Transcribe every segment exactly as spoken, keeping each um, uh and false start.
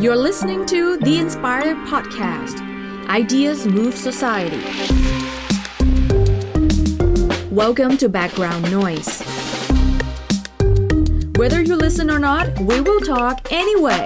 You're listening to The Inspired Podcast. Ideas Move Society. Welcome to Background Noise. Whether you listen or not, we will talk anyway.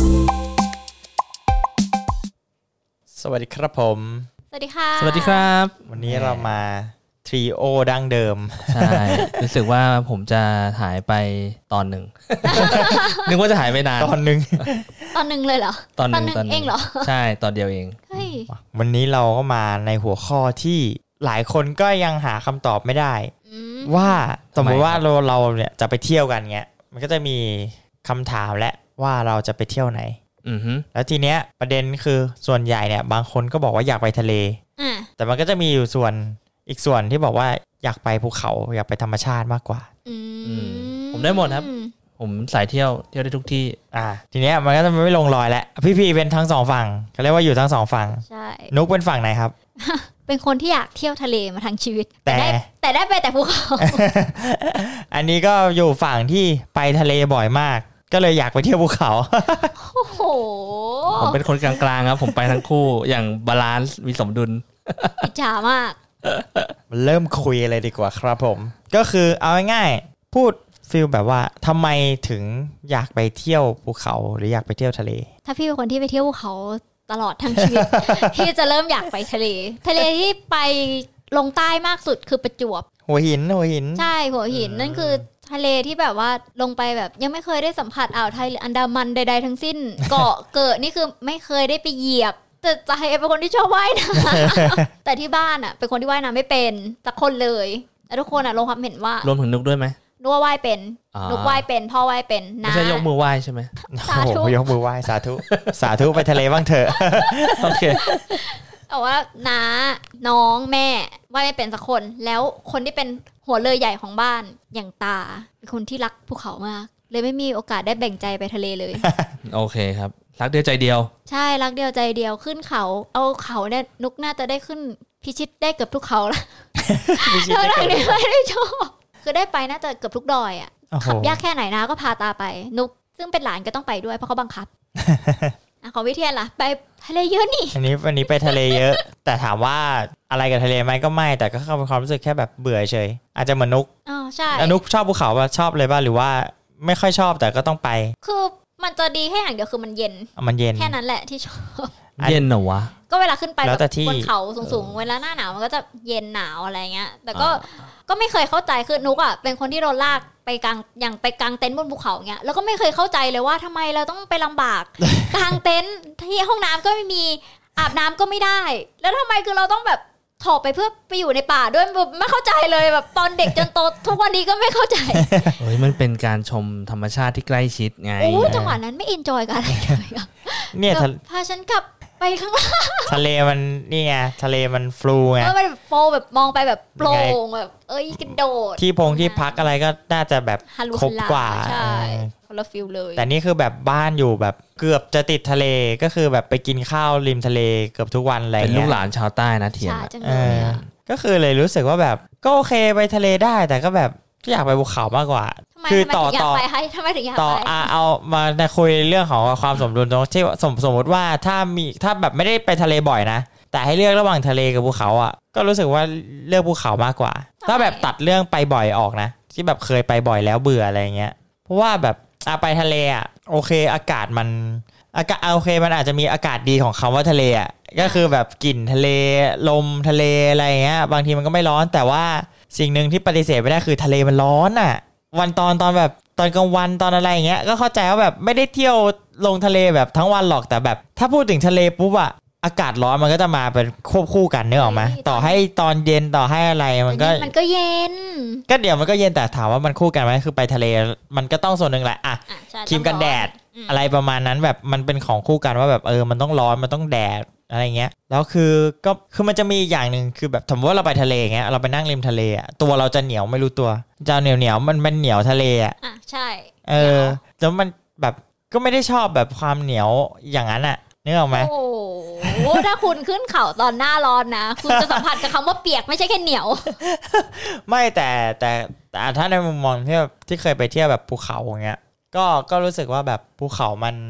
สวัสดีครับผมสวัสดีค่ะสวัสดีครับวันนี้เรามาทรีโอดั้งเดิมใช่รู้สึกว่าผมจะหายไปตอนหนึ่ง นึกว่าจะหายไปนานตอนหนึ่งตอนหนึ่งเลยเหรอตอนหนึ่งตอนเองเหรอใช่ตอนเดียวเองวันนี้เราก็มาในหัวข้อที่หลายคนก็ยังหาคำตอบไม่ได้ว่าสมมติว่าเราเราเนี่ยจะไปเที่ยวกันเงี้ยมันก็จะมีคำถามและว่าเราจะไปเที่ยวไหนแล้วทีเนี้ยประเด็นคือส่วนใหญ่เนี่ยบางคนก็บอกว่าอยากไปทะเลแต่มันก็จะมีอยู่ส่วนอีกส่วนที่บอกว่าอยากไปภูเขาอยากไปธรรมชาติมากกว่าผมได้หมดครับผมสายเที่ยวเที่ยวได้ทุกที่อ่าทีเนี้ยมันก็จะไม่ลงรอยแล้วพี่พีเป็นทั้งสองฝั่งเขาเรียกว่าอยู่ทั้งสองฝั่งใช่นุ๊กเป็นฝั่งไหนครับเป็นคนที่อยากเที่ยวทะเลมาทั้งชีวิตแต่ได้แต่ได้ไปแต่ภูเขาอันนี้ก็อยู่ฝั่งที่ไปทะเลบ่อยมากก็เลยอยากไปเที่ยวภูเขาโอ้โหผมเป็นคนกลางๆครับผมไปทั้งคู่อย่างบาลานซ์มีสมดุลอิจฉามากเริ่มคุยเลยดีกว่าครับผมก็คือเอาง่ายๆพูดฟีลแบบว่าทำไมถึงอยากไปเที่ยวภูเขาหรืออยากไปเที่ยวทะเลถ้าพี่เป็นคนที่ไปเที่ยวภูเขาตลอดทั้งชีวิต พี่จะเริ่มอยากไปทะเลทะเลที่ไปลงใต้มากสุดคือประจวบหัวหินหัวหินใช่หัวหินนั่นคือทะเลที่แบบว่าลงไปแบบยังไม่เคยได้สัมผัสอ่าวไทยหรืออันดามันใดๆทั้งสิ้น เกาะเกิดนี่คือไม่เคยได้ไปเหยียบแต่ใจเป็นคนที่ชอบว่ายน้ำ แต่ที่บ้านอ่ะเป็นคนที่ว่ายน้ำไม่เป็นสักคนเลยแล้วทุกคนอ่ะลงความเห็นว่ารวมถึงนุกด้วยไหมนุกว่ายเป็นนุกว่ายเป็นพ่อว่ายเป็นนะไม่ใช่ยกมือว่ายใช่ไหมสาธุยกมือว่ายสาธุสาธุไปทะเลบ้างเถอะโอเคแต่ว่าน้าน้องแม่ว่ายไม่เป็นสักคนแล้วคนที่เป็นหัวเรือใหญ่ของบ้านอย่างตาเป็นคนที่รักภูเขามากเลยไม่มีโอกาสได้แบ่งใจไปทะเลเลยโอเคครับรักเดียวใจเดียวใช่รักเดียวใจเดียวขึ้นเขาเอาเขาเนี่ยนุกน่าจะได้ขึ้นพิชิตได้เกือบทุกเขาแล้วเท่านั้นนี่ไม่ได้ชอบคือได้ไปน่าจะเกือบทุกดอยอ่ะขับยากแค่ไหนนะก็พาตาไปนุกซึ่งเป็นหลานก็ต้องไปด้วยเพราะเขาบังคับของวิเทียนล่ะไปทะเลเยอะนี่อันนี้วันนี้ไปทะเลเยอะแต่ถามว่าอะไรกับทะเลไหมก็ไม่แต่ก็เข้าเป็นความรู้สึกแค่แบบเบื่อเฉยอาจจะเหมือนนุกอ๋อใช่นุกชอบภูเขาป่ะชอบเลยป่ะหรือว่าไม่ค่อยชอบแต่ก็ต้องไปคือมันจะดีแค่อย่างเดียวคือมันเย็นมันเย็นแค่นั้นแหละที่ชอบเย็นเหรอวะก็เวลาขึ้นไปแบบบนเขาสูงๆเวลาหน้าหนาวมันก็จะเย็นหนาวอะไรเงี้ยแต่ก็ก็ไม่เคยเข้าใจคือนุกอ่ะเป็นคนที่โดนลากไปกลางอย่างไปกลางเต็นท์บนภูเขาเงี้ยแล้วก็ไม่เคยเข้าใจเลยว่าทำไมเราต้องไปลำบาก กลางเต็นท์ที่ห้องน้ำก็ไม่มีอาบน้ำก็ไม่ได้แล้วทำไมคือเราต้องแบบถอดไปเพื่อไปอยู่ในป่าด้วยแบบไม่เข้าใจเลยแบบตอนเด็กจนโตทุกวันนี้ก็ไม่เข้าใจเฮ้ยมันเป็นการชมธรรมชาติที่ใกล้ชิดไงโอ้จังหวะนั้นไม่เอนจอยกันอะไรเลยอ่ะเนี่ยพาฉันกลับไปข้างล่างทะเลมันนี่ไงทะเลมันฟลูไงเออมันโฟล์แบบมองไปแบบโปร่งแบบเอ้ยกระโดดที่พงที่พักอะไรก็น่าจะแบบครบกว่าใช่คนละฟิลเลยแต่นี่คือแบบบ้านอยู่แบบเกือบจะติดทะเลก็คือแบบไปกินข้าวริมทะเลเกือบทุกวันอะไรเงี้ยเป็นลูกหลานชาวใต้นะเทียนก็คือเลยรู้สึกว่าแบบก็โอเคไปทะเลได้แต่ก็แบบก็อยากไปภูเขามากกว่าคือต่อต่อทำไมถึงอยากไปต่อเอามาในคุยเรื่องของความสมดุลตรงที่สมสมมติว่าถ้ามีถ้าแบบไม่ได้ไปทะเลบ่อยนะแต่ให้เลือกระหว่างทะเลกับภูเขาอ่ะก็รู้สึกว่าเลือกภูเขามากกว่าถ้าแบบตัดเรื่องไปบ่อยออกนะที่แบบเคยไปบ่อยแล้วเบื่ออะไรเงี้ยเพราะว่าแบบอ่ะไปทะเลอ่ะโอเคอากาศมันอากาศโอเคมันอาจจะมีอากาศดีของคำว่าทะเลอ่ะก็คือแบบกลิ่นทะเลลมทะเลอะไรเงี้ยบางทีมันก็ไม่ร้อนแต่ว่าสิ่งหนึ่งที่ปฏิเสธไม่ได้คือทะเลมันร้อนอ่ะวันตอนตอนแบบตอนกลางวันตอนอะไรอย่างเงี้ยก็เข้าใจว่าแบบไม่ได้เที่ยวลงทะเลแบบทั้งวันหรอกแต่แบบถ้าพูดถึงทะเลปุ๊บอะอากาศร้อนมันก็จะมาเป็นควบคู่กันนึกออกไหมต่อให้ตอนเย็นต่อให้อะไรมันก็มันก็เย็นก็เดี๋ยวมันก็เย็นแต่ถามว่ามันคู่กันไหมคือไปทะเลมันก็ต้องส่วนหนึ่งแหละอะครีมกันแดดอะไรประมาณนั้นแบบมันเป็นของคู่กันว่าแบบเออมันต้องร้อนมันต้องแดดอะไรเงี้ยแล้วคือก็คือมันจะมีอย่างนึงคือแบบสมมติว่าเราไปทะเลเงี้ยเราไปนั่งริมทะเลอ่ะตัวเราจะเหนียวไม่รู้ตัวจะเหนียวเหนียวมันเป็นเหนียวทะเลอ่ะอ่ะใช่เออแล้วมันแบบก็ไม่ได้ชอบแบบความเหนียวอย่างนั้นอ่ะนึกออกไหมโอ้โหถ้าคุณขึ้นเขาตอนหน้าร้อนนะคุณจะสัมผัสกับคำว่าเปียกไม่ใช่แค่เหนียวไม่แต่แต่แต่ถ้าในมุมมองที่ที่เคยไปเที่ยวแบบภูเขาอย่างเงี้ยก็ก็รู้สึกว่าแบบภูเขามัน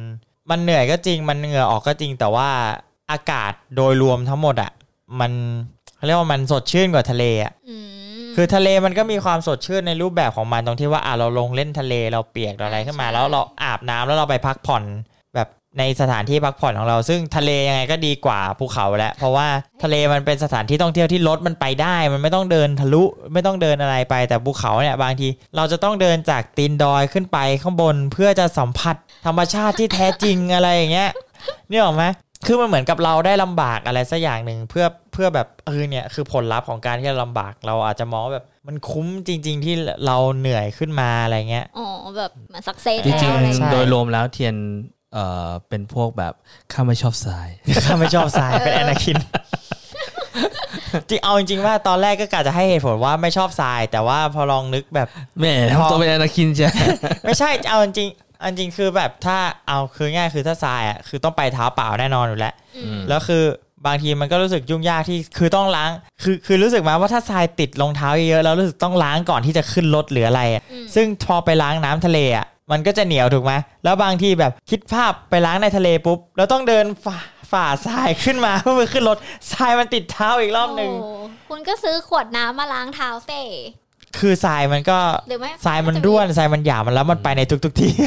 มันเหนื่อยก็จริงมันเหงื่อออกก็จริงแต่ว่าอากาศโดยรวมทั้งหมดอ่ะมันเขาเรียกว่ามันสดชื่นกว่าทะเลอ่ะคือทะเลมันก็มีความสดชื่นในรูปแบบของมันตรงที่ว่าอ่ะเราลงเล่นทะเลเราเปียกอะไรขึ้นมาแล้วเราอาบน้ำแล้วเราไปพักผ่อนแบบในสถานที่พักผ่อนของเราซึ่งทะเลยังไงก็ดีกว่าภูเขาแหละเพราะว่าทะเลมันเป็นสถานที่ท่องเที่ยวที่รถมันไปได้มันไม่ต้องเดินทะลุไม่ต้องเดินอะไรไปแต่ภูเขาเนี่ยบางทีเราจะต้องเดินจากตีนดอยขึ้นไปข้างบนเพื่อจะสัมผัสธรรมชาติที่แท้จริงอะไรอย่างเงี้ยนี่ออกไหมคือมันเหมือนกับเราได้ลำบากอะไรสักอย่างหนึ่งเพื่อเพื่อแบบเออเนี่ยคือผลลัพธ์ของการที่เราลำบากเราอาจจะมองแบบมันคุ้มจริงๆที่เราเหนื่อยขึ้นมาอะไรเงี้ยอ๋อแบบเหมือนสักเซสจริงๆโดยรวมแล้วเทียนเอ่อเป็นพวกแบบข้าไม่ชอบทรายข้าไม่ชอบทรายเป็นแอนาคินจริงเอาจริงๆว่าตอนแรกก็กะจะให้เหตุผลว่าไม่ชอบทรายแต่ว่าพอลองนึกแบบแหมทำตัวเป็นแอนาคินใช่ไม่ใช่เอาจริงอันจริงคือแบบถ้าเอาคือง่ายคือถ้าทรายอ่ะคือต้องไปเท้าเปล่าแน่นอนอยู่แล้วแล้วคือบางทีมันก็รู้สึกยุ่งยากที่คือต้องล้างคือคือรู้สึกมาว่าถ้าทรายติดรองเท้าเยอะๆแล้วรู้สึกต้องล้างก่อนที่จะขึ้นรถหรืออะไรอ่ะซึ่งพอไปล้างน้ำทะเลอ่ะมันก็จะเหนียวถูกไหมแล้วบางทีแบบคิดภาพไปล้างในทะเลปุ๊บแล้วต้องเดินฝ่าฝ่าทรายขึ้นมาเพื่อขึ้นรถทรายมันติดเท้าอีกรอบนึงคุณก็ซื้อขวดน้ำมาล้างเท้าเซ่คือทรายมันก็ทรายมันร่วนทรายมันหยาบมันแล้วมันไปในทุกๆที่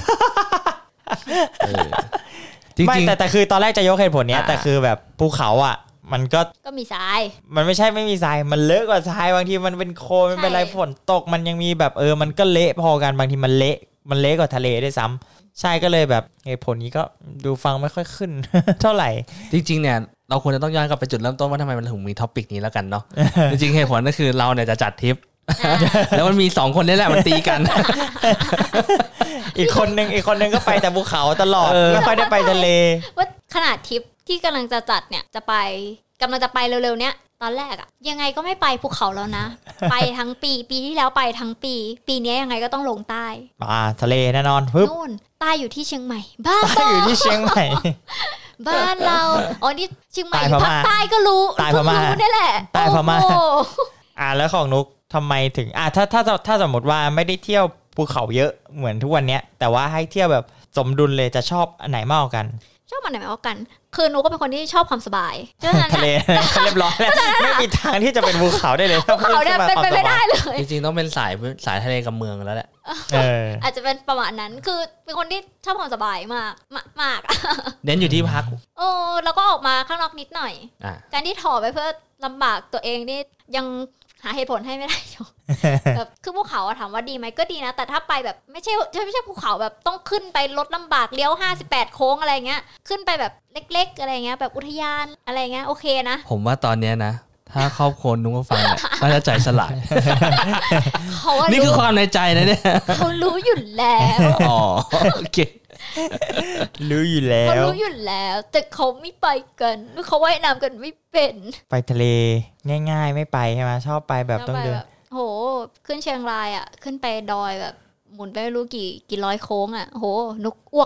ไม่แต่แต่คือตอนแรกจะยกเหตุผลเนี้ยแต่คือแบบภูเขาอ่ะมันก็ก็มีทรายมันไม่ใช่ไม่มีทรายมันเลอะกว่าทรายบางทีมันเป็นโคลนมันเป็นอะไรฝนตกมันยังมีแบบเออมันก็เละพอกันบางทีมันเละมันเละกว่าทะเลด้วยซ้ำใช่ก็เลยแบบเหตุผลนี้ก็ดูฟังไม่ค่อยขึ้น เท่าไหร่จริงๆเนี่ยเราควรจะต้องย้อนกลับไปจุดเริ่มต้นว่าทำไมมันถึงมีท็อปิกนี้แล้วกันเนาะ จริงๆเหตุผลก็คือเราเนี่ยจะจัดทริปแล้วมันมีสองคนนี่แหละมันตีกันอีกคนนึงอีกคนนึงก็ไปแต่ภูเขาตลอดไม่ค่อยได้ไปทะเลว่าขนาดทริปที่กำลังจะจัดเนี่ยจะไปกำลังจะไปเร็วๆเนี้ยตอนแรกอะยังไงก็ไม่ไปภูเขาแล้วนะ ไปทั้งปีปีที่แล้วไปทั้งปีปีนี้ยังไงก็ต้องลงใต้อ่าทะเลแน่นอนปึ๊บนู่นใต้อยู่ที่เชียงใหม่บ้านใต้อยู่ที่เชียงใหม่บ้านเราอ๋อนี่เชียงใหม่ภาคใต้ก็รู้ใต้พม่านี่แหละใต้พม่าอ่าแล้วของนุกทำไมถึงอ่าถ้าถ้าถ้าสมมติว่าไม่ได้เที่ยวภูเขาเยอะเหมือนทุกวันนี้แต่ว่าให้เที่ยวแบบสมดุลเลยจะชอบอันไหนมากกว่ากันชอบอันไหนมากกว่ากันคือหนูก็เป็นคนที่ชอบความสบายทะเลเรียบร้อยแล้วไม่มีทางที่จะเป็นภูเขาได้เลยภูเขาเนี่ยเป็นไปไม่ได้เลยจริงๆต้องเป็นสายสายทะเลกับเมืองแล้วแหละอาจจะเป็นประมาณนั้นคือเป็นคนที่ชอบความสบายมากมากเน้นอยู่ที่พักโอ้แล้วก็ออกมาข้างนอกนิดหน่อยการที่ถอไปเพื่อลำบากตัวเองนี่ยังหาเหตุผลให้ไม่ได้แบบคือภูเขาถามว่าดีไหมก็ดีนะแต่ถ้าไปแบบไม่ใช่ไม่ใช่ภูเขาแบบต้องขึ้นไปรถลำบากเลี้ยวห้าสิบแปดโค้งอะไรเงี้ยขึ้นไปแบบเล็กๆอะไรเงี้ยแบบอุทยานอะไรเงี้ยโอเคนะผมว่าตอนเนี้ยนะถ้าครอบครัวนุ้งก็ฟังเนี่ยน่าจะใจสลายนี่คือความในใจนะเนี่ยเขารู้อยู่แล้วอ๋อโอเครู้อยู่แล้วเขารู้อยู่แล้วแต่เขาไม่ไปกันเขาว่ายน้ำกันไม่เป็นไปทะเลง่ายๆไม่ไปใช่ไหมชอบไปแบบต้องเดินโหขึ้นเชียงรายอ่ะขึ้นไปดอยแบบหมุนไปไม่รู้กี่กี่ร้อยโค้งอ่ะโหนุกอ้วก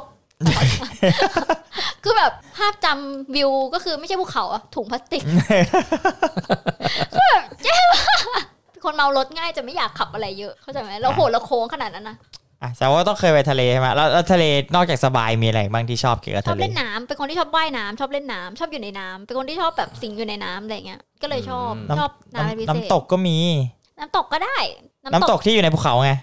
คือแบบภาพจำวิวก็คือไม่ใช่ภูเขาอะถุงพลาสติกคือแบบแย่มากคนเมารถง่ายจะไม่อยากขับอะไรเยอะเข้าใจไหมแล้วโหแล้วโค้งขนาดนั้นนะอ่ะแต่ว่าต้องเคยไปทะเลใช่ไหมแล้วทะเลนอกจากสบายมีอะไรบ้างที่ชอบเกี่ยวกับทะเลชอบเล่นน้ำเป็นคนที่ชอบว่ายน้ำชอบเล่นน้ำชอบอยู่ในน้ำเป็นคนที่ชอบแบบสิงอยู่ในน้ำอะไรเงี้ยก็เลยชอบชอบน้ำเป็นพิเศษน้ำตกก็มีน้ำตกก็ได้น้ำตกที่อยู่ในภูเขาไง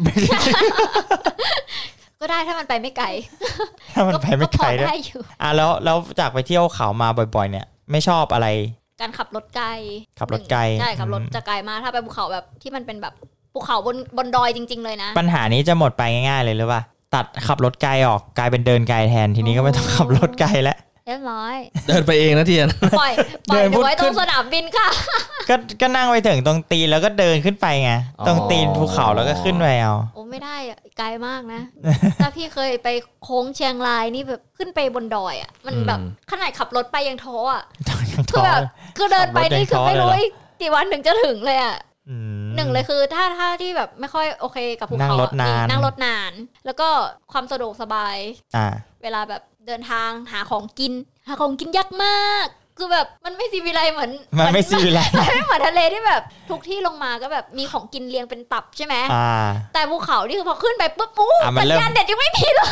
ก็ได้ถ้ามันไปไม่ไกลถ้ามันไปไม่ไกลได้อ่ะแล้วแล้วจากไปเที่ยวเขามาบ่อยๆเนี่ยไม่ชอบอะไรการขับรถไกลขับรถไกลใช่ขับรถจะไกลมากถ้าไปภูเขาแบบที่มันเป็นแบบภูเขาบนบนดอยจริงๆเลยนะปัญหานี้จะหมดไปง่ายๆเลยหรือป่ะตัดขับรถไกลออกกลายเป็นเดินไกลแทนทีนี้ก็ไม่ต้องขับรถไกลแล้วเรียบร้อยเดินไปเองนะเทียนปล่อยปล่อยไว้ตรงสนามบินค่ะก็ก็นั่งไปถึงตรงตีนแล้วก็เดินขึ้นไปไงตรงตีนภูเขาแล้วก็ขึ้นไปเอาโอ้ไม่ได้อ่ะไกลมากนะถ้าพี่เคยไปโค้งเชียงรายนี่แบบขึ้นไปบนดอยอ่ะมันแบบขนาดขับรถไปยังท้ออ่ะคือแบบคือเดินไปนี่คือไม่รู้กี่วันถึงจะถึงเลยอ่ะหนึ่งเลยคือถ้าถ้าที่แบบไม่ค่อยโอเคกับภูเขานั่งรถนานนั่งรถนานแล้วก็ความสะดวกสบายเวลาแบบเดินทางหาของกินหาของกินยากมากคือแบบมันไม่ซีวิไลเหมือนมันไม่ซีวิไลไม่เหมือนทะเลที่แบบทุกที่ลงมาก็แบบมีของกินเรียงเป็นตับใช่ไหมแต่ภูเขาที่คือพอขึ้นไปปุ๊บปุ๊บสัญญาณเด็ดยังไม่มีเลย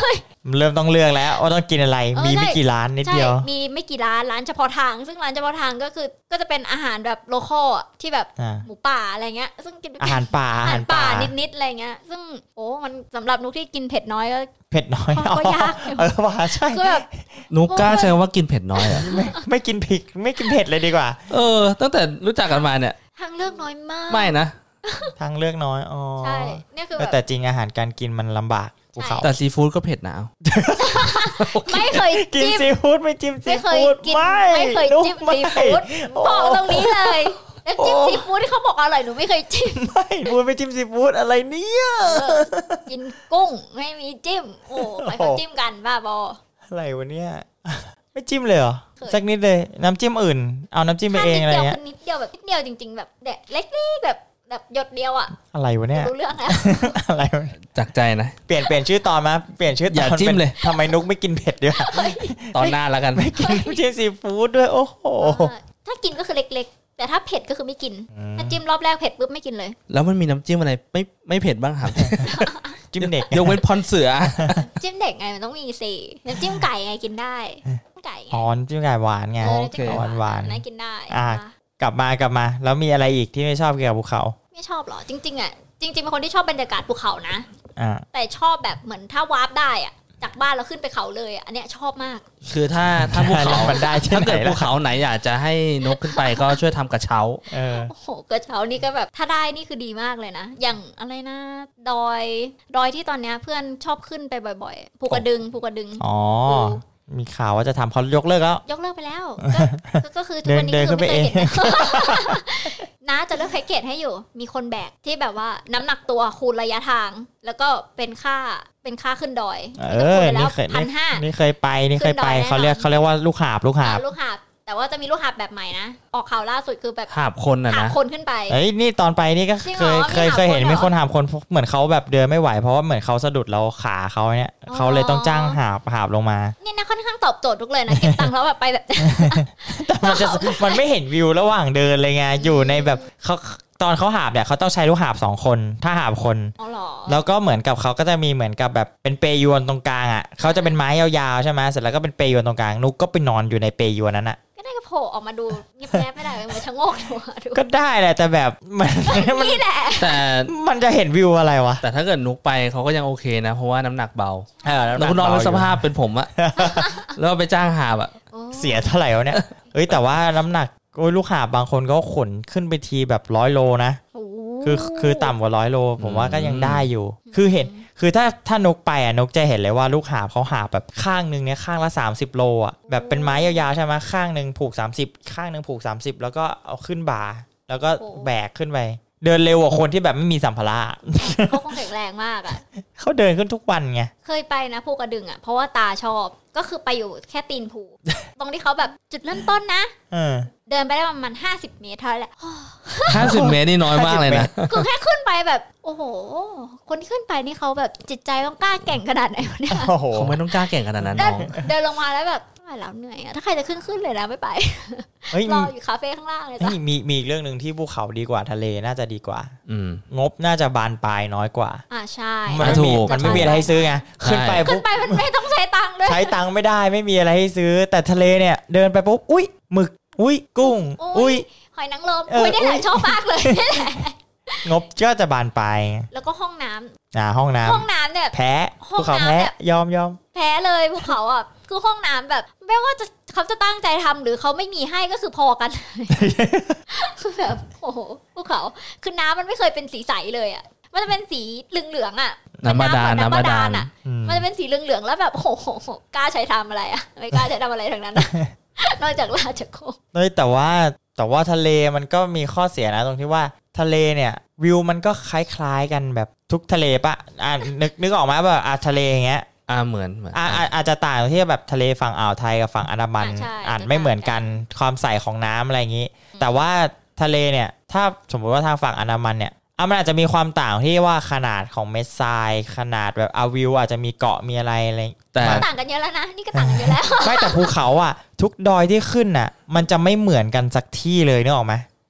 เริ่มต้องเลือกแล้วว่าต้องกินอะไรมีไม่กี่ร้านนิดเดียวมีไม่กี่ร้านร้านเฉพาะทางซึ่งร้านเฉพาะทางก็คือก็จะเป็นอาหารแบบโลคอลที่แบบหมูป่าอะไรเงี้ยซึ่งกินอาหารป่าอาหารป่านิดๆอะไรเงี้ยซึ่งโอ้มันสำหรับนุกที่กินเผ็ดน้อยก็เผ็ดน้อยก็ยากเออว่าใช่คือแบบนุกกล้าใช้ว่ากินเผ็ดน้อยอ่ะไม่ไม่กินพริกไม่กินเผ็ดเลยดีกว่าเออตั้งแต่รู้จักกันมาเนี่ยทางเลือกน้อยมากไม่นะทางเลือกน้อยอ๋อใช่เนี่ยคือแบบแต่จริงอาหารการกินมันลำบากภูเขาแต่ซีฟู้ดก็เผ็ดนะไม่เคยกินซีฟู้ดไม่จิ้มซีฟู้ดไม่ไม่เคยจิ้มซีฟู้ดบอกตรงนี้เลยแล้วจิ้มซีฟู้ดที่เขาบอกอร่อยหนูไม่เคยจิ้มไม่พูดไม่จิ้มซีฟู้ดอะไรเนี่ยกินกุ้งไม่มีจิ้มโอ้ใครเขาจิ้มกันบ้าบออะไรวะเนี่ยไม่จิ้มเลยเหรอสักนิดเลยน้ำจิ้มอื่นเอาน้ำจิ้มไปเองอะไรเงี้ยนิดเดียวแบบนิดเดียวจริงๆแบบเด็กเล็กๆแบบแบบหยดเดียวอะอะไรวะเนี่ยรู้เรื่องแล้วอะไรจากใจนะเปลี่ยนเปลี่ยนชื่อตอนมาเปลี่ยนชื่อตอนอย่าจิ้มเลยทำไมนุกไม่กินเผ็ดด้วยตอนหน้าแล้วกันไม่กินไม่จิ้มซีฟู้ดด้วยโอ้โหถ้ากินก็คือเล็กๆแต่ถ้าเผ็ดก็คือไม่กินถ้าจิ้มรอบแรกเผ็ดปุ๊บไม่กินเลยแล้วมันมีน้ำจิ้มอะไรไม่ไม่เผ็ดบ้างครับจิ้มเด็กยกเว้นพรเสือจิ้มเด็กไงมันต้องมีสิน้ำจิ้มไก่ไงกินได้ไก่อ๋อจิ้มไก่หวานไงหวานหวานน่ากินได้อ่ะกลับมากลับมาแล้วมีอะไรอีกที่ไม่ชอบเกี่ยวกับภูเขาไม่ชอบหรอจริงๆอ่ะจริงๆเป็นคนที่ชอบบรรยากาศภูเขานะแต่ชอบแบบเหมือนถ้าวาร์ปได้อ่ะจากบ้านเราขึ้นไปเขาเลยอันเนี้ยชอบมากคือถ้าถ้าภูเขามันได้ถ้าเกิดภูเขาไหนอยากจะให้นกขึ้นไปก็ช่วยทำกระเช้าโอ้โหกระเช้านี่ก็แบบถ้าได้นี่คือดีมากเลยนะอย่างอะไรนะดอยดอยที่ตอนเนี้ยเพื่อนชอบขึ้นไปบ่อยๆภูกระดึงภูกระดึงอ๋อมีข่าวว่าจะทำเขายกเลิกแล้วยกเลิกไปแล้วก็คือทุกวันนี้คือไม่เคยเห็นน้าจะเลือกแพ็กเกจให้อยู่มีคนแบกที่แบบว่าน้ำหนักตัวคูณระยะทางแล้วก็เป็นค่าเป็นค่าขึ้นดอยเออนี่เคยนี่เคยไปนี่เคยไปเขาเรียกเขาเรียกว่าลูกหาบลูกหาบลูกหาบแต่ว่าจะมีลูกหาบแบบใหม่นะออกข่าวล่าสุดคือแบบหาบคนนะนะหาบคนขึ้นไปเอ้ยนี่ตอนไปนี่ก็เคยเคยเคยเห็นมีคนหาบคนเหมือนเขาแบบเดินไม่ไหวเพราะว่าเหมือนเขาสะดุดแล้วขาเขาเนี่ยเขาเลยต้องจ้างหาบหาบลงมานี่นะค่อนข้างตอบโจทย์ทุกเลยนะเก็บตังค์แล้วแบบไปแบบแต่มันจะมันไม่เห็นวิวระหว่างเดินเลยไงอยู่ในแบบเขาตอนเขาหาบเนี่ยเขาต้องใช้ลูกหาบสองคนถ้าหาบคนแล้วก็เหมือนกับเขาก็จะมีเหมือนกับแบบเป็นเปยวนตรงกลางอ่ะเขาจะเป็นไม้ยาวๆใช่ไหมเสร็จแล้วก็เป็นเปยวนตรงกลางนุกก็ไปนอนอยู่ในเปยวนนั้นอ่ะก็ได้ก็โผล่ออกมาดูเงียบแนบไม่ได้เลยมันชะโงกดูก็ได้แหละแต่แบบมันนี่แหละแต่มันจะเห็นวิวอะไรวะแต่ถ้าเกิดนุกไปเขาก็ยังโอเคนะเพราะว่าน้ำหนักเบาแล้วนอนแล้วสภาพเป็นผมอะแล้วไปจ้างหาบอะเสียเท่าไหร่วะเนี่ยเอ้ยแต่ว่าน้ำหนักโอ้ยลูกหาบบางคนก็ขนขึ้นไปทีแบบร้อยโลนะคือคือต่ำกว่าร้อยโลผมว่าก็ยังได้อยู่คือเห็นคือถ้าถ้านกไปอ่ะนกจะเห็นเลยว่าลูกหาบเขาหาแบบข้างนึงเนี่ยข้างละสามสิบโลอ่ะแบบเป็นไม้ยาวๆใช่ไหมข้างนึงผูกสามสิบข้างนึงผูกสามสิบแล้วก็เอาขึ้นบ่าแล้วก็แบกขึ้นไปเดินเร็วกว่าคนที่แบบไม่มีสัมภาระเขาคงแข็งแรงมากอ่ะเขาเดินขึ้นทุกวันไงเคยไปนะภูกระดึงอ่ะเพราะว่าตาชอบก็คือไปอยู่แค่ตีนภูตรงที่เขาแบบจุดเริ่มต้นนะเดินไปได้ประมาณห้าสิบเมตรเท่านั้นแหละห้าสิบเมตรนี่น้อยมากเลยนะคือแค่ขึ้นไปแบบโอ้โหคนที่ขึ้นไปนี่เขาแบบจิตใจต้องกล้าแก่งขนาดไหนวะเนี่ยเขาไม่ต้องกล้าแก่งขนาดนั้นน้องเดินลงมาแล้วแบบไม่แล้วเหนื่อยอ่ะถ้าใครจะขึ้นขึ้นเลยนะไม่ไปรออยู่คาเฟ่ข้างล่างเลยจ้ะมีมีอีกเรื่องนึงที่ภูเขาดีกว่าทะเลน่าจะดีกว่าอืมงบน่าจะบานปลายน้อยกว่าอ่าใช่มันถูกมันไม่มีอะไรให้ซื้อไงขึ้นไปขึ้นไปมันไม่ต้องใช้ตังค์ด้วยใช้ตังค์ไม่ได้ไม่มีอะไรให้ซื้อแต่ทะเลเนี่ยเดินไปปุ๊บอุ้ยหมึกอุ้ยกุ้งอุ้ยหอยนางรมอุ้ยนี่แหละชอบมากเลยนี่แหละงบก็จะบานปลายแล้วก็ห้องน้ำอ่าห้องน้ำห้องน้ำเนี่ยแพ้ภูเขาแพ้ยอมยอมแพ้เลยภูเขาอ่ะคือห้องน้ำแบบไม่ว่าจะเขาจะตั้งใจทำหรือเขาไม่มีให้ก็คือพอกันคือแบบโอ้โหภูเขาคือน้ำมันไม่เคยเป็นสีใสเลยอ่ะมันจะเป็นสีเหลืองๆอ่ะน้ำบาดาลน้ำบาดาลอ่ะมันจะเป็นสีเหลืองๆแล้วแบบโอ้โหกล้าใช้ทำอะไรอ่ะไม่กล้าใช้ทำอะไรทั้งนั้นนอกจากราชโคแต่ว่าแต่ว่าทะเลมันก็มีข้อเสียนะตรงที่ว่าทะเลเนี่ยวิวมันก็คล้ายๆกันแบบทุกทะเลปะอ่ะนึกนึกออกไหมแบบอ่ะทะเลอย่างเงี้ยอ่าเหมือนเหมือนอ่าอาจจะต่างที่แบบทะเลฝั่งอ่าวไทยกับฝั่งอันดามันอาจไม่เหมือนกันความใสของน้ำอะไรอย่างงี้แต่ว่าทะเลเนี่ยถ้าสมมติว่าทางฝั่งอันดามันเนี่ยอ่ะมันอาจจะมีความต่างที่ว่าขนาดของเม็ดทรายขนาดแบบอาวิวอาจจะมีเกาะมีอะไรอะไรแต่ต่างกันเยอะแล้วนะนี่ก็ต่างกันเยอะแล้วไม่แต่ภูเขาอ่ะทุกดอยที่ขึ้นน่ะมันจะไม่เหมือนกันสักที่เลยนึกออกไหม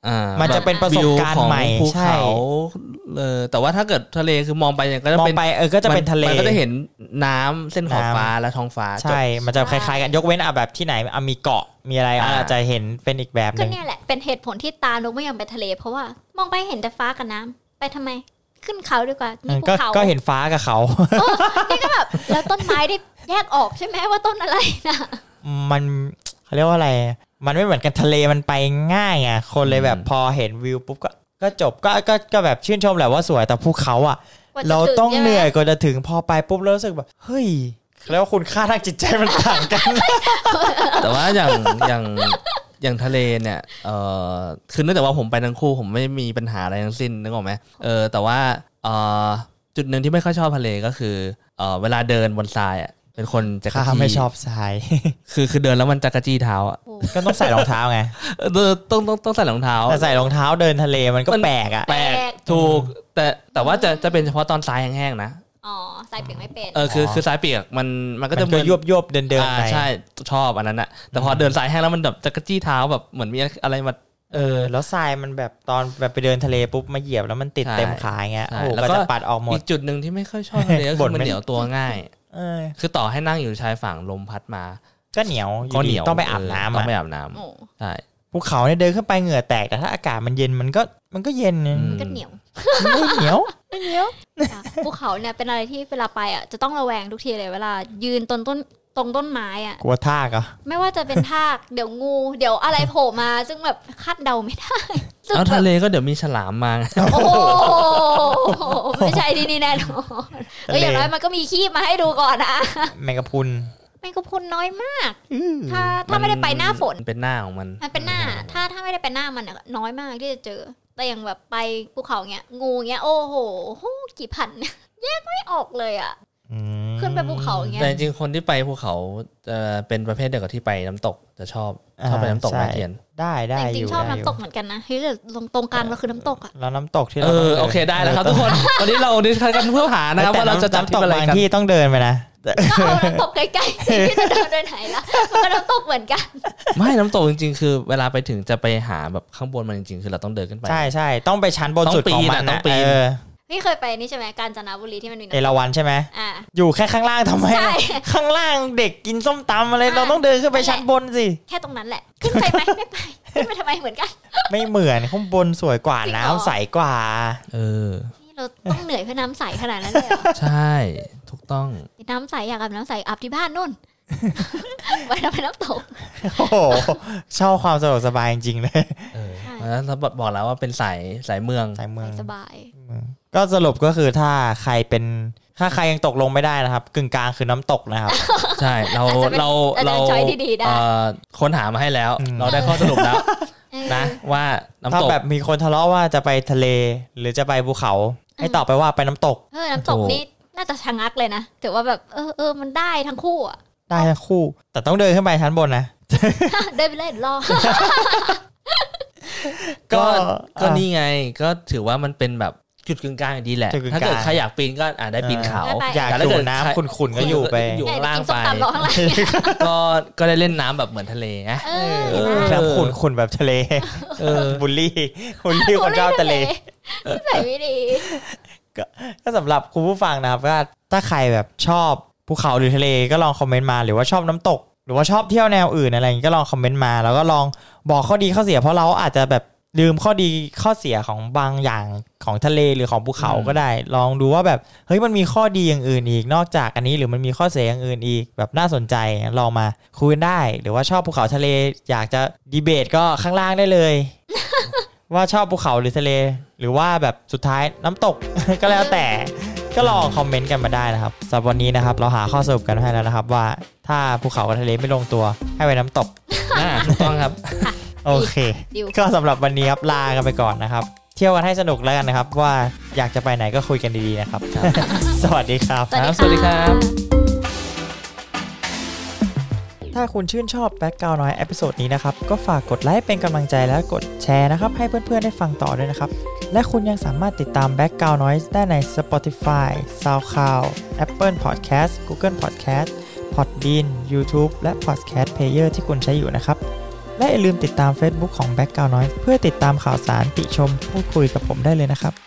อ่ามันจะเป็นประสบการณ์ใหม่ภูใช่เขาเออแต่ว่าถ้าเกิดทะเลคือมองไปเนี่ยก็จะมองเป็นไปเออก็จะเป็นทะเลมันก็จะเห็นน้ำเส้นขอบน้ำฟ้าและท้องฟ้าใช่ มันจะคล้ายๆกันยกเว้นอ่ะแบบที่ไหนอ่ะมีเกาะมีอะไรอาจจะเห็นเป็นอีกแบบนึก็งเนี่ยแหละเป็นเหตุผลที่ตานุกไม่ยอมไปทะเลเพราะว่ามองไปเห็นแต่ฟ้ากับน้ำไปทำไมขึ้นเขาดีกว่ามีภูก็เขาก็เห็นฟ้ากับเขานี่ก็แบบแล้วต้นไม้ได้แยกออกใช่ไหมว่าต้นอะไรนะมันเขาเรียกว่าอะไร มันไม่เหมือนกันทะเลมันไปง่ายไงคนเลยแบบพอเห็นวิวปุ๊บก็ก็จบก็ก็ก็แบบชื่นชมแหละว่าสวยแต่ภูเขาอ่ะ เราต้องเหนื่อยกว่าจะถึงพอไปปุ๊บแล้วรู้สึกแบบเฮ้ยแล้วคุณค่าทางจิตใจมันต่างกันแต่ว่าอย่างอย่างอย่างทะเลเนี่ยเออคือเนื่องจากว่าผมไปทั้งคู่ผมไม่มีปัญหาอะไรทั้งสิ้นนึกออกไหมเออแต่ว่าเออจุดหนึ่งที่ไม่ค่อยชอบทะเลก็คือเออเวลาเดินบนทรายอ่ะเป็นคนจักรข้าจี้ไม่ชอบทรายคือคือเดินแล้วมันจักรจี้เท้าอ่ะก็ต้องใส่รองเท้าไงเออต้องต้องต้องใส่รองเท้าแต่ใส่รองเท้าเดินทะเลมันก็แปลกอ่ะแปลกถูกแต่แต่ว่าจะจะเป็นเฉพาะตอนทรายแห้งๆนะอ๋อทรายเปียกไม่เป็นเออคือคือทรายเปียกมันมันก็ก็จะจะเหมือนยวบยวบเดินเดินอ่าไปใช่ชอบอันนั้นอะแต่พอเดินทรายแห้งแล้วมันแบบจักรจี้เท้าแบบเหมือนมีอะไรมาเออแล้วทรายมันแบบตอนแบบไปเดินทะเลปุ๊บมาเหยียบแล้วมันติดใช่เต็มขาเงี้ยใช่โอ้โหแล้วก็ก็จะปัดออกหมดอีกจุดหนึ่งที่ไม่ค่อยชอบทะเลก็บ่คือน มันไม่เหนียวตัวง่ายเออคือต่อให้นั่งอยู่ชายฝั่งลมพัดมาก็เหนียวก็เหนียวต้องไปอาบน้ำต้ออ่ะงไปอาบน้ำโอ้ใช่ภูเขาเนี่ยเดินขึ้นไปเหงื่อแตกแต่ถ้าอากาศมันเย็นมันก็มันก็เย็นอืมก็เหนียวไม่เหนียวไม่เหนียวจ้ะภูเขาเนี่ยเป็นอะไรที่เวลาไปอ่ะจะต้องระแวงทุกทีเลยเวลายืนต้นต้นตรงต้นไม้อ่ะกลัวทากเหรอไม่ว่าจะเป็นทาก เดี๋ยวงูเดี๋ยวอะไรโผล่มาซึ่งแบบคาดเดาไม่ได้ซึ่งเอาแบบทะเลก็เดี๋ยวมีฉลามมาโอ้โหไม่ใช่ที่นี่แน่นอนเอออย่างน้อยมันก็มีขี้มาให้ดูก่อนนะแมงกะพรุนแมงกะพรุนน้อยมาก ถ้าถ้าไม่ได้ไปหน้าฝนมันเป็นหน้าของมันมันเป็นหน้า ถ้าถ้าไม่ได้เป็นหน้ามันอะน้อยมากที่จะเจอ แต่อย่างแบบไปภูเขาเงี้ย งูเงี้ย โอ้โหโหกี่พันเนี่ยแยกไม่ออกเลยอะอืมขึ้นไปภูเขาอย่างเงี้ยแต่จริงๆคนที่ไปภูเขาจะเป็นประเภทเดียวกับที่ไปน้ำตกจะชอบชอบไปน้ำตกใช่ไม้เทียนได้ได้แต่จอริงยู่ๆชอบได้น้ำตกเหมือนกันนะเฮ้ยแต่ตรงตรงกลางเราคือน้ำตกอะแล้วน้ำตกที่เอเราอโอเคได้แล้วครับทุกคน วันนี้เราดิสคัสกันเพื่อหานะครับว่าเราจะจัดน้ำทริตปกอะไรบางกันที่ต้องเดินไปนะก็เอาน้ำตกใกล้ๆสิที่จะเดินไปไหนล่ะมันก็น้ำตกเหมือนกันไม่น้ำตกจริงๆคือเวลาไปถึงจะไปหาแบบข้างบนมันจริงๆคือเราต้องเดินขึ้นไปใช่ใช่ต้องไปชั้นบนสุดของมันต้องนะปีนเออนี่เคยไปนี่ใช่ไหมกาญจนบุรีที่มันมีเอราวัณใช่ไหมอ่าอยู่แค่ข้างล่างทำไมใช่ข้างล่างเด็กกินส้มตำอะไรอ่ะเราต้องเดินขึ้นไปชั้นบนสิแค่ตรงนั้นแหละ ขึ้นไปไหมไม่ไปขึ้นไปทำไมเหมือนกันไม่เหมือนข้างบนสวยกว่าจริงเหรอน้ำใสกว่าเออนี่เราต้องเหนื่อยเพื่อน้ำใสขนาดนั้นเลยเหรอใช่ถูกต้องน้ำใสอยากอาบน้ำใสอาบที่บ้านนู่น ไปทำไปน้ำตกโอ้โหชอบความสะดวกสบายจริงๆเลยเออใช่แล้วเราบอกแล้วว่าเป็นสายสายเมืองสายเมืองสบายก็สรุปก็คือถ้าใครเป็นถ้าใครยังตกลงไม่ได้นะครับ กึ่งกลางคือน้ำตกนะครับใช่เราอาจจะเป็นเราอาจจะเราเป็นช้อยที่ดีได้เอ่อค้นหามาให้แล้วอืมเราได้ข้อสรุปแล้วเออนะว่าถ้าน้ำตกแบบมีคนทะเลาะว่าจะไปทะเล หรือจะไปภูเขา ให้ตอบไปว่าไปน้ำตกเออน้ำตกนี่น่าจะชะงักเลยนะถือว่าแบบเออเออมันได้ทั้งคู่อ่ะได้ทั้งคู่ แต่ต้องเดินขึ้นไปชั้นบนนะเดินไปเล่นรอก็ก็อ่ะนี่ไงก็ถือว่ามันเป็นแบบจุดกึ่งกลางอย่างดีแหละจุดกึ่งกลางถ้าเกิดใครอยากปีนก็อ่าได้ปีนเขาได้ไปอยากแต่ถ้ดูเกิดน้ำใครขุ่นๆก็อยู่ไปอยู่เนี่ยข้างล่างกินส้ไปมตำรอข้างล่างก็ก็ได้เล่นน้ำแบบเหมือนทะเลไงเอเอออน้ำขุ่นๆแบบทะเลเออบูลลี่บูลลี่คนชอบทะเลใส่ไม่ดีก็สำหรับคุณผู้ฟังนะครับว่าถ้าใครแบบชอบภูเขาหรือทะเลก็ลองคอมเมนต์มาหรือว่าชอบน้ำตก หรือว่าชอบเที่ยวแนวอื่นอะไรอย่างนี้ก็ลองคอมเมนต์มาแล้วก็ลองบอกข้อดีข้อเสียเพราะเราอาจจะแบบลืมข้อดีข้อเสียของบางอย่างของทะเลหรือของภูเขาก็ได้ ลองดูว่าแบบเฮ้ยมันมีข้อดีอย่างอื่นอีกนอกจากอันนี้หรือมันมีข้อเสียอย่างอื่นอีกแบบน่าสนใจลองมาคุยกันได้หรือว่าชอบภูเขาทะเลอยากจะดีเบตก็ข้างล่างได้เลย ว่าชอบภูเขาหรือทะเลหรือว่าแบบสุดท้ายน้ำตก ก็แล้วแต่ก็ลองคอมเมนต์กันมาได้นะครับสำหรับวันนี้นะครับเราหาข้อสรุปกันให้แล้วนะครับว่าถ้าภูเขากับทะเลไม่ลงตัวให้ไปน้ำตกอ่าถูกต้องครับโอเคดิวก็สำหรับวันนี้ครับลากันไปก่อนนะครับเที่ยวกันให้สนุกแล้วกันนะครับว่าอยากจะไปไหนก็คุยกันดีๆนะครับ สวัสดีครับสวัสดีครับถ้าคุณชื่นชอบแบ็กกราวน์น้อยเอพิโซดนี้นะครับก็ฝากกดไลค์เป็นกำลังใจและกดแชร์นะครับให้เพื่อนๆได้ฟังต่อด้วยนะครับและคุณยังสามารถติดตามแบ็กกราวน์น้อยได้ใน Spotify, SoundCloud, Apple Podcast, Google Podcast, Podbean, YouTube และ Podcast Player ที่คุณใช้อยู่นะครับและอย่าลืมติดตาม Facebook ของ Background Noise เพื่อติดตามข่าวสารติชมพูดคุยกับผมได้เลยนะครับ